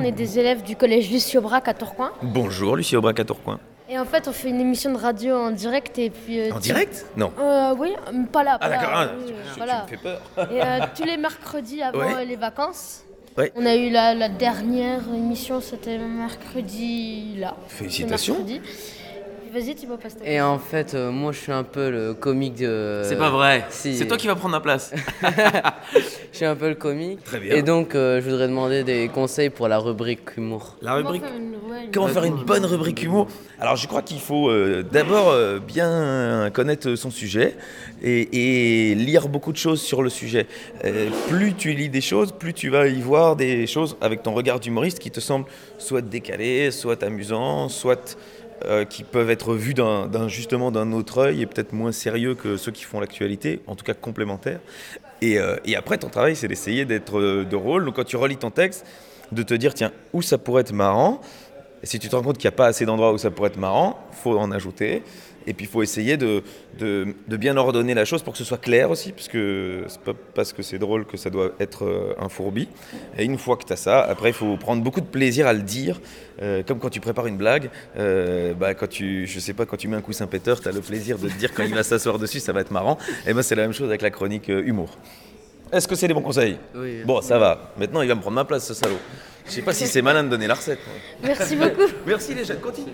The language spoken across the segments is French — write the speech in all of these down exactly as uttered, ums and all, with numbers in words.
est des élèves du collège Lucie Aubrac à Tourcoing. Bonjour, Lucie Aubrac à Tourcoing. Et en fait, on fait une émission de radio en direct et puis... Euh, en tu... direct Non. euh, Oui, pas là. Pas ah d'accord, là, ah, oui, tu, voilà. tu me fais peur. Et euh, tous les mercredis avant ouais. les vacances, ouais. on a eu la, la dernière émission, c'était mercredi là. Félicitations. Mercredi. Vas-y, tu vas passer. Et en fait, euh, moi, je suis un peu le comique de... C'est pas vrai. Si. C'est toi qui vas prendre ma place. Je suis un peu le comique. Très bien. Et donc, euh, je voudrais demander des conseils pour la rubrique humour. La rubrique. Comment faire une, ouais, une Comment faire une bonne rubrique humour ? Alors, je crois qu'il faut euh, d'abord euh, bien connaître son sujet et, et lire beaucoup de choses sur le sujet. Euh, plus tu lis des choses, plus tu vas y voir des choses avec ton regard d'humoriste qui te semblent soit décalées, soit amusants, soit euh, qui peuvent être vus d'un, d'un, justement d'un autre œil et peut-être moins sérieux que ceux qui font l'actualité, en tout cas complémentaires. Et, euh, et après, ton travail, c'est d'essayer d'être euh, drôle. Donc, quand tu relis ton texte, de te dire, tiens, où ça pourrait être marrant. Et si tu te rends compte qu'il n'y a pas assez d'endroits où ça pourrait être marrant, il faut en ajouter. Et puis, il faut essayer de, de, de bien ordonner la chose pour que ce soit clair aussi, parce que c'est pas parce que c'est drôle que ça doit être euh, un fourbi. Et une fois que tu as ça, après, il faut prendre beaucoup de plaisir à le dire. Euh, comme quand tu prépares une blague, euh, bah, quand tu, je sais pas, quand tu mets un coussin péteur, tu as le plaisir de te dire quand il va s'asseoir dessus, ça va être marrant. Et ben, c'est la même chose avec la chronique euh, humour. Est-ce que c'est des bons conseils ? Oui. Bon, ça va. Maintenant, il va me prendre ma place, ce salaud. Je sais pas si c'est malin de donner la recette. Merci beaucoup. Merci les jeunes, continuez.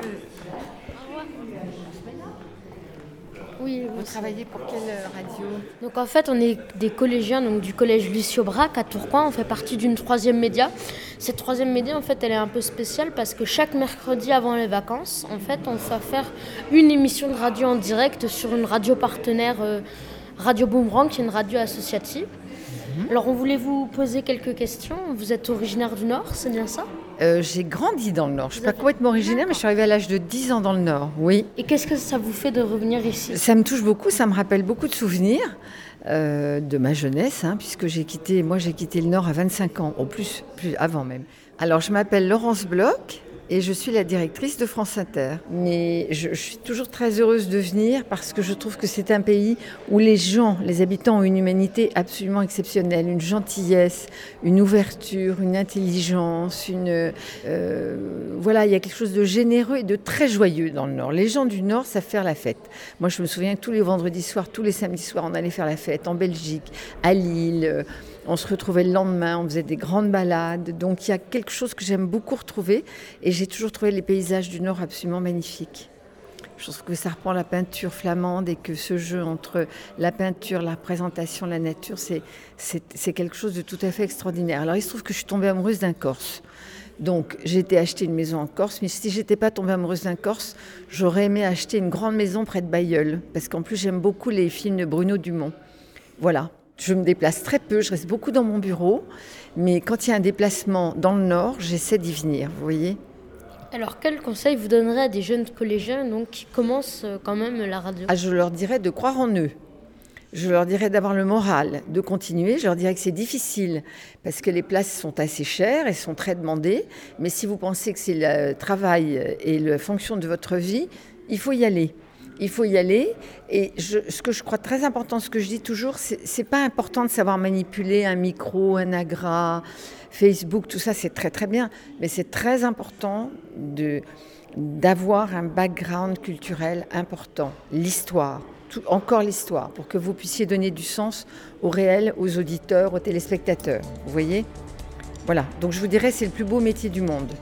Oui, vous travaillez pour quelle radio ? Donc en fait, on est des collégiens donc, du collège Lucie Aubrac à Tourcoing. On fait partie d'une troisième média. Cette troisième média, en fait, elle est un peu spéciale parce que chaque mercredi avant les vacances, en fait, on va faire une émission de radio en direct sur une radio partenaire, euh, Radio Boomerang, qui est une radio associative. Mmh. Alors, on voulait vous poser quelques questions. Vous êtes originaire du Nord, c'est bien ça ? euh, J'ai grandi dans le Nord. Je ne suis pas complètement originaire, mais je suis arrivée à l'âge de dix ans dans le Nord, oui. Et qu'est-ce que ça vous fait de revenir ici ? Ça me touche beaucoup, ça me rappelle beaucoup de souvenirs euh, de ma jeunesse, hein, puisque j'ai quitté, moi j'ai quitté le Nord à vingt-cinq ans, au plus, plus avant même. Alors, je m'appelle Laurence Bloch. Et je suis la directrice de France Inter. Mais je, je suis toujours très heureuse de venir parce que je trouve que c'est un pays où les gens, les habitants ont une humanité absolument exceptionnelle, une gentillesse, une ouverture, une intelligence, une euh, voilà, il y a quelque chose de généreux et de très joyeux dans le Nord. Les gens du Nord savent faire la fête. Moi, je me souviens que tous les vendredis soirs, tous les samedis soirs, on allait faire la fête en Belgique, à Lille. On se retrouvait le lendemain, on faisait des grandes balades. Donc il y a quelque chose que j'aime beaucoup retrouver. Et j'ai toujours trouvé les paysages du Nord absolument magnifiques. Je trouve que ça reprend la peinture flamande et que ce jeu entre la peinture, la représentation, la nature, c'est, c'est, c'est quelque chose de tout à fait extraordinaire. Alors il se trouve que je suis tombée amoureuse d'un Corse. Donc j'ai été acheter une maison en Corse. Mais si je n'étais pas tombée amoureuse d'un Corse, j'aurais aimé acheter une grande maison près de Bailleul. Parce qu'en plus j'aime beaucoup les films de Bruno Dumont. Voilà. Je me déplace très peu, je reste beaucoup dans mon bureau, mais quand il y a un déplacement dans le Nord, j'essaie d'y venir, vous voyez. Alors, quel conseil vous donnerez à des jeunes collégiens donc, qui commencent quand même la radio ? Ah, je leur dirais de croire en eux. Je leur dirais d'avoir le moral, de continuer. Je leur dirais que c'est difficile parce que les places sont assez chères et sont très demandées. Mais si vous pensez que c'est le travail et la fonction de votre vie, il faut y aller. Il faut y aller et je, ce que je crois très important, ce que je dis toujours, c'est, c'est pas important de savoir manipuler un micro, un agra, Facebook, tout ça c'est très très bien, mais c'est très important de, d'avoir un background culturel important, l'histoire, tout, encore l'histoire, pour que vous puissiez donner du sens au réel, aux auditeurs, aux téléspectateurs, vous voyez ? Voilà, donc je vous dirais c'est le plus beau métier du monde,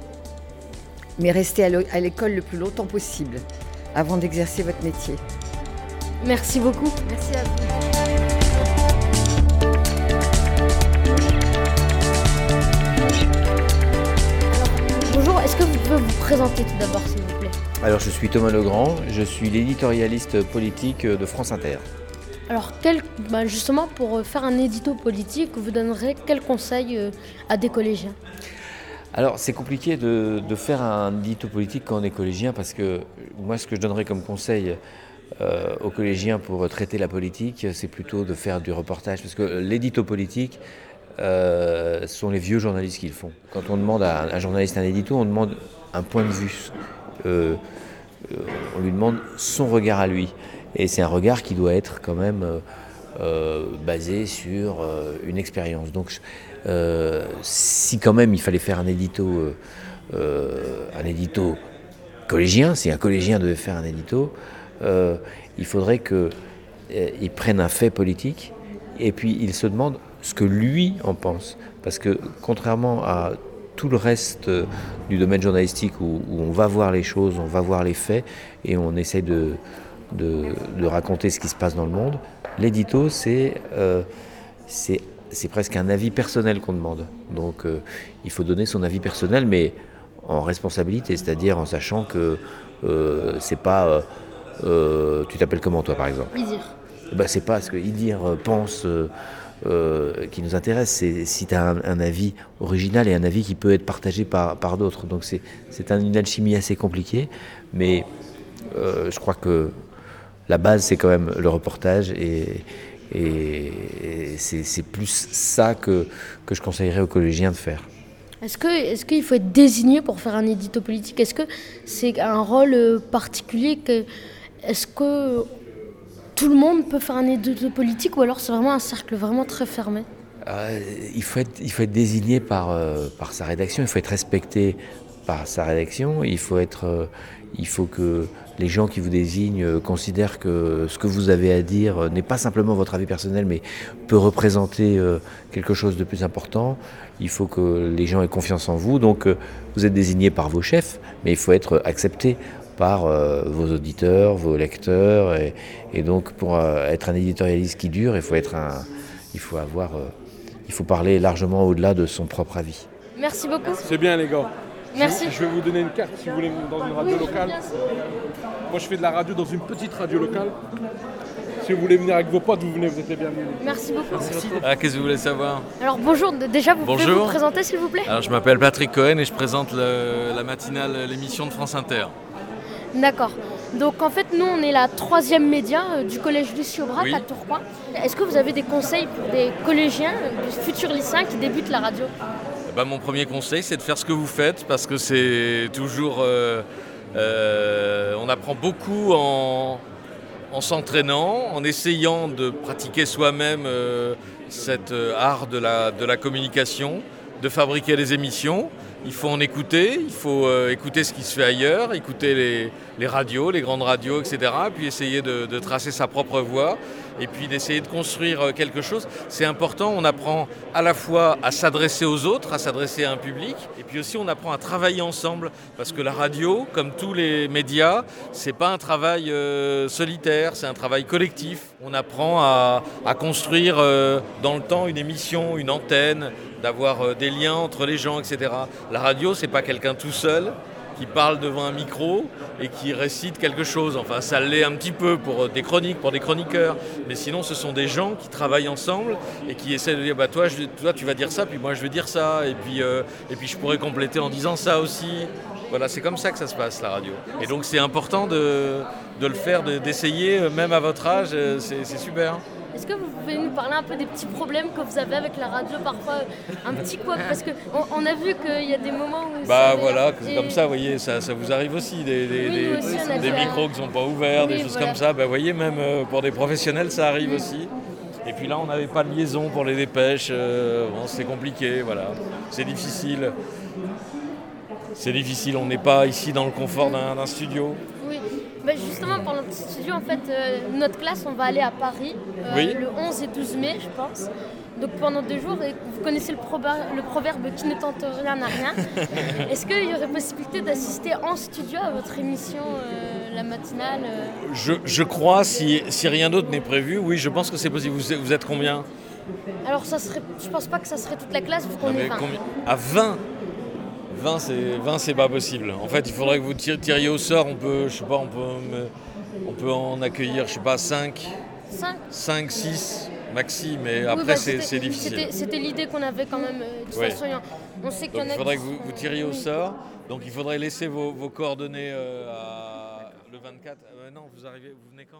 mais restez à l'école le plus longtemps possible avant d'exercer votre métier. Merci beaucoup. Merci à vous. Alors, bonjour, est-ce que vous pouvez vous présenter tout d'abord, s'il vous plaît ? Alors, je suis Thomas Legrand, je suis l'éditorialiste politique de France Inter. Alors, quel, bah justement, pour faire un édito politique, vous donnerez quels conseils à des collégiens ? Alors, c'est compliqué de, de faire un édito politique quand on est collégien, parce que moi, ce que je donnerais comme conseil euh, aux collégiens pour traiter la politique, c'est plutôt de faire du reportage, parce que l'édito politique, euh, ce sont les vieux journalistes qui le font. Quand on demande à un journaliste un édito, on demande un point de vue. Euh, euh, on lui demande son regard à lui. Et c'est un regard qui doit être quand même... Euh, euh, basé sur euh, une expérience. Donc euh, si quand même il fallait faire un édito, euh, euh, un édito collégien, si un collégien devait faire un édito, euh, il faudrait qu'il euh, prenne un fait politique et puis il se demande ce que lui en pense. Parce que contrairement à tout le reste du domaine journalistique où, où on va voir les choses, on va voir les faits et on essaie de, de, de raconter ce qui se passe dans le monde, l'édito c'est, euh, c'est, c'est presque un avis personnel qu'on demande. Donc euh, il faut donner son avis personnel mais en responsabilité, c'est-à-dire en sachant que euh, c'est pas... Euh, euh, tu t'appelles comment toi par exemple ? Idir. Ben, c'est pas ce que Idir pense euh, euh, qui nous intéresse, c'est si tu as un, un avis original et un avis qui peut être partagé par, par d'autres. Donc c'est, c'est un, une alchimie assez compliquée, mais euh, je crois que la base c'est quand même le reportage et, et, et c'est, c'est plus ça que, que je conseillerais aux collégiens de faire. Est-ce que, est-ce qu'il faut être désigné pour faire un édito politique ? Est-ce que c'est un rôle particulier que, est-ce que tout le monde peut faire un édito politique ou alors c'est vraiment un cercle vraiment très fermé ? euh, il, faut être, il faut être désigné par, euh, par sa rédaction, il faut être respecté par sa rédaction, il faut, être, euh, il faut que les gens qui vous désignent euh, considèrent que ce que vous avez à dire euh, n'est pas simplement votre avis personnel mais peut représenter euh, quelque chose de plus important. Il faut que les gens aient confiance en vous, donc euh, vous êtes désigné par vos chefs, mais il faut être accepté par euh, vos auditeurs, vos lecteurs, et, et donc pour euh, être un éditorialiste qui dure, il faut être un, il faut avoir, euh, il faut parler largement au-delà de son propre avis. Merci beaucoup. C'est bien les gars. Merci. Je, je vais vous donner une carte si vous voulez dans une radio Oui, locale. bien sûr. Moi je fais de la radio dans une petite radio locale. Si vous voulez venir avec vos potes, vous venez, vous êtes les bienvenus. Merci beaucoup. Ah, qu'est-ce que vous voulez savoir ? Alors bonjour, déjà vous pouvez Bonjour. vous présenter s'il vous plaît ? Alors je m'appelle Patrick Cohen et je présente le- la matinale, l'émission de France Inter. D'accord. Donc en fait nous on est la troisième média euh, du collège Lucie Aubrac Oui. à Tourcoing. Est-ce que vous avez des conseils pour des collégiens, euh, des futurs lycéens qui débutent la radio ? Eh ben, mon premier conseil, c'est de faire ce que vous faites parce que c'est toujours... euh, euh, on apprend beaucoup en, en s'entraînant, en essayant de pratiquer soi-même euh, cet euh, art de la, de la communication, de fabriquer des émissions. Il faut en écouter, il faut euh, écouter ce qui se fait ailleurs, écouter les, les radios, les grandes radios, et cetera. Puis essayer de, de tracer sa propre voie et puis d'essayer de construire quelque chose. C'est important, on apprend à la fois à s'adresser aux autres, à s'adresser à un public, et puis aussi on apprend à travailler ensemble, parce que la radio, comme tous les médias, c'est pas un travail euh, solitaire, c'est un travail collectif. On apprend à, à construire euh, dans le temps une émission, une antenne, d'avoir euh, des liens entre les gens, et cetera. La radio, c'est pas quelqu'un tout seul qui parle devant un micro et qui récite quelque chose. Enfin, ça l'est un petit peu pour des chroniques, pour des chroniqueurs. Mais sinon, ce sont des gens qui travaillent ensemble et qui essaient de dire bah, toi, je, toi, tu vas dire ça, puis moi, je vais dire ça. Et puis, euh, et puis je pourrais compléter en disant ça aussi. Voilà, c'est comme ça que ça se passe, la radio. Et donc, c'est important de, de le faire, de, d'essayer, même à votre âge. C'est, c'est super. Est-ce que vous pouvez nous parler un peu des petits problèmes que vous avez avec la radio parfois, un petit quoi, parce qu'on on a vu qu'il y a des moments où... Bah ça voilà, et... comme ça, vous voyez, ça, ça vous arrive aussi, des, des, Oui, des, aussi, on a des vu, micros euh... qui ne sont pas ouverts, oui, des choses voilà. comme ça. Bah vous voyez, même euh, pour des professionnels, ça arrive aussi. Et puis là, on n'avait pas de liaison pour les dépêches, euh, bon, c'est compliqué, voilà, c'est difficile. C'est difficile, on n'est pas ici dans le confort d'un, d'un studio. Oui, bah justement pour notre studio, en fait, euh, notre classe, on va aller à Paris euh, Oui. le onze et douze mai, je pense. Donc pendant deux jours, et vous connaissez le, proba- le proverbe « qui ne tente rien n'a rien ». Est-ce qu'il y aurait possibilité d'assister en studio à votre émission, euh, la matinale euh... Je, je crois, si, si rien d'autre n'est prévu, oui, je pense que c'est possible. Vous, vous êtes combien ? Alors ça serait, je pense pas que ça serait toute la classe vu qu'on Non, mais est vingt. combien ? À vingt ? vingt, c'est, vingt, c'est pas possible. En fait, il faudrait que vous tiriez, tiriez au sort. On peut, je sais pas, on peut, on peut en accueillir, je sais pas, cinq, cinq cinq, six maxi, mais Oui, après, bah, c'est, c'était- c'est difficile. C'était, c'était l'idée qu'on avait quand même. euh, De toute Oui. façon, il y en- on sait qu'il y Donc en a il faudrait qui que vous, sont- vous tiriez au oui. sort. Donc il faudrait laisser vos, vos coordonnées euh, à le vingt-quatre. Euh, non, vous arrivez, vous venez quand ?